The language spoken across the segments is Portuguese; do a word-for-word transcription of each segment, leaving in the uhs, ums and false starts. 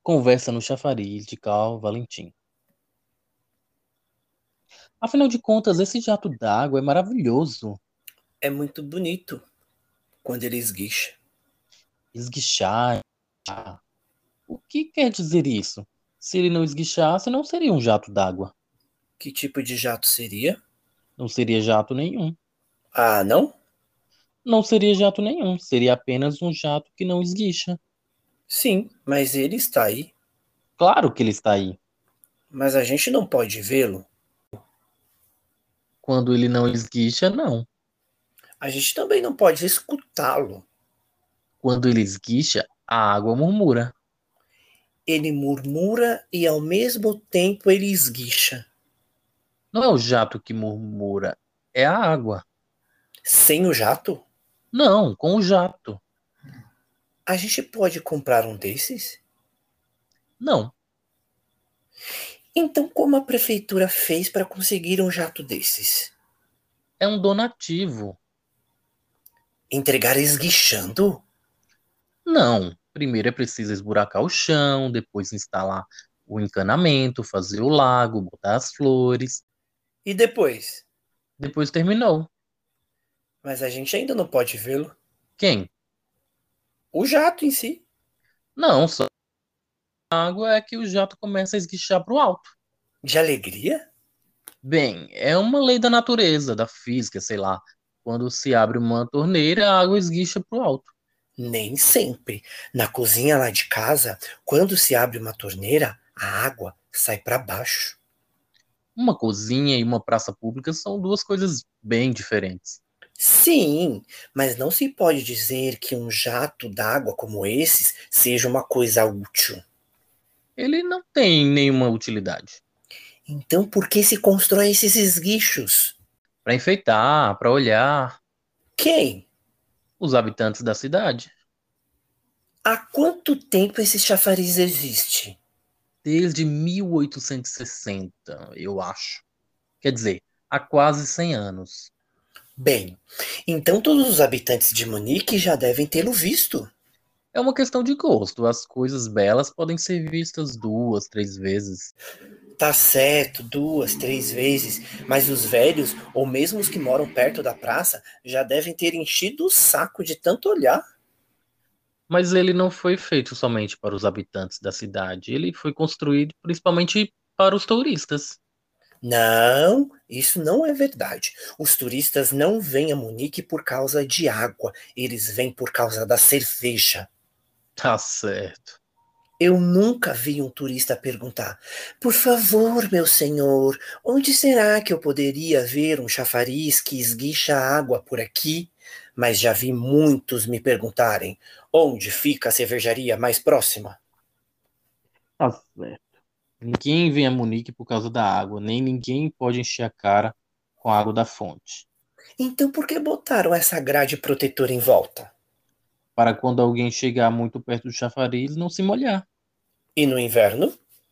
Conversa no chafariz de Cal Valentim. Afinal de contas, esse jato d'água é maravilhoso. É muito bonito quando ele esguicha. Esguichar. O que quer dizer isso? Se ele não esguichasse, não seria um jato d'água. Que tipo de jato seria? Não seria jato nenhum. Ah, não? Não seria jato nenhum. Seria apenas um jato que não esguicha. Sim, mas ele está aí. Claro que ele está aí. Mas a gente não pode vê-lo. Quando ele não esguicha, não. A gente também não pode escutá-lo. Quando ele esguicha, a água murmura. Ele murmura e ao mesmo tempo ele esguicha. Não é o jato que murmura, é a água. Sem o jato? Não, com o jato. A gente pode comprar um desses? Não. Então, como a prefeitura fez para conseguir um jato desses? É um donativo. Entregar esguichando? Não. Primeiro é preciso esburacar o chão, depois instalar o encanamento, fazer o lago, botar as flores. E depois? Depois terminou. Mas a gente ainda não pode vê-lo. Quem? O jato em si. Não, só a água é que o jato começa a esguichar para o alto. De alegria? Bem, é uma lei da natureza, da física, sei lá. Quando se abre uma torneira, a água esguicha para o alto. Nem sempre. Na cozinha lá de casa, quando se abre uma torneira, a água sai para baixo. Uma cozinha e uma praça pública são duas coisas bem diferentes. Sim, mas não se pode dizer que um jato d'água como esses seja uma coisa útil. Ele não tem nenhuma utilidade. Então por que se constrói esses esguichos? Para enfeitar, para olhar, Quem? os habitantes da cidade. Há quanto tempo esse chafariz existe? Desde mil oitocentos e sessenta, eu acho. Quer dizer, há quase cem anos. Bem, então todos os habitantes de Munique já devem tê-lo visto. É uma questão de gosto. As coisas belas podem ser vistas duas, três vezes. Tá certo, duas, três vezes, mas os velhos, ou mesmo os que moram perto da praça, já devem ter enchido o saco de tanto olhar. Mas ele não foi feito somente para os habitantes da cidade. Ele foi construído principalmente para os turistas. Não, isso não é verdade. Os turistas não vêm a Munique por causa de água, eles vêm por causa da cerveja. Tá certo. Eu nunca vi um turista perguntar: por favor, meu senhor, onde será que eu poderia ver um chafariz que esguicha água por aqui? Mas já vi muitos me perguntarem: onde fica a cervejaria mais próxima? Tá certo. Ninguém vem a Munique por causa da água, nem ninguém pode encher a cara com a água da fonte. Então por que botaram essa grade protetora em volta? Para quando alguém chegar muito perto do chafariz, não se molhar. E no inverno?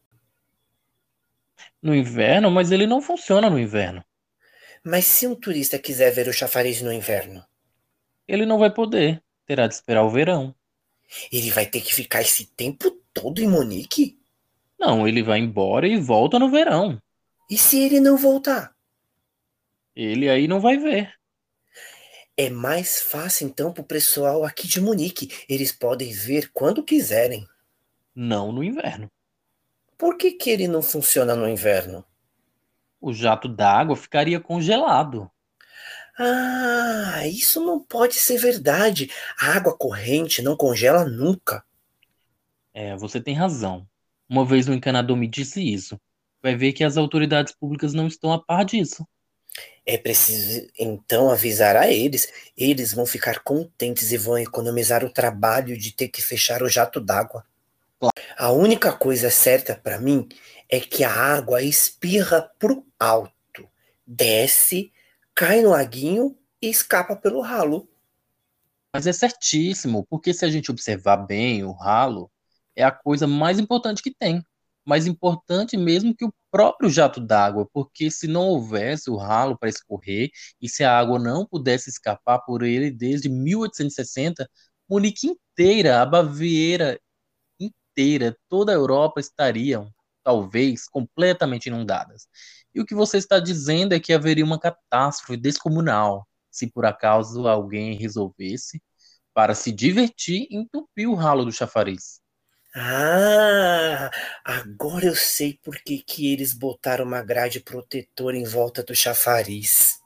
No inverno, mas ele não funciona no inverno. Mas se um turista quiser ver o chafariz no inverno, Ele não vai poder. Terá de esperar o verão. ele vai ter que ficar esse tempo todo em Munique? Não, ele vai embora e volta no verão. E se ele não voltar? Ele aí não vai ver. É mais fácil então para o pessoal aqui de Munique. Eles podem ver quando quiserem. Não no inverno. Por que que ele não funciona no inverno? O jato d'água ficaria congelado. Ah, isso não pode ser verdade. A água corrente não congela nunca. É, você tem razão. Uma vez um encanador me disse isso. Vai ver que as autoridades públicas não estão a par disso. É preciso então avisar a eles. Eles vão ficar contentes e vão economizar o trabalho de ter que fechar o jato d'água. A única coisa certa para mim é que a água espirra pro alto, desce, cai no laguinho e escapa pelo ralo. Mas é certíssimo, porque se a gente observar bem, o ralo é a coisa mais importante que tem. Mais importante mesmo que o próprio jato d'água, porque se não houvesse o ralo para escorrer e se a água não pudesse escapar por ele desde mil oitocentos e sessenta, Munique inteira, a Baviera inteira, toda a Europa estariam, talvez, completamente inundadas. E o que você está dizendo é que haveria uma catástrofe descomunal se por acaso alguém resolvesse, para se divertir, entupir o ralo do chafariz. Ah, agora eu sei por que que eles botaram uma grade protetora em volta do chafariz.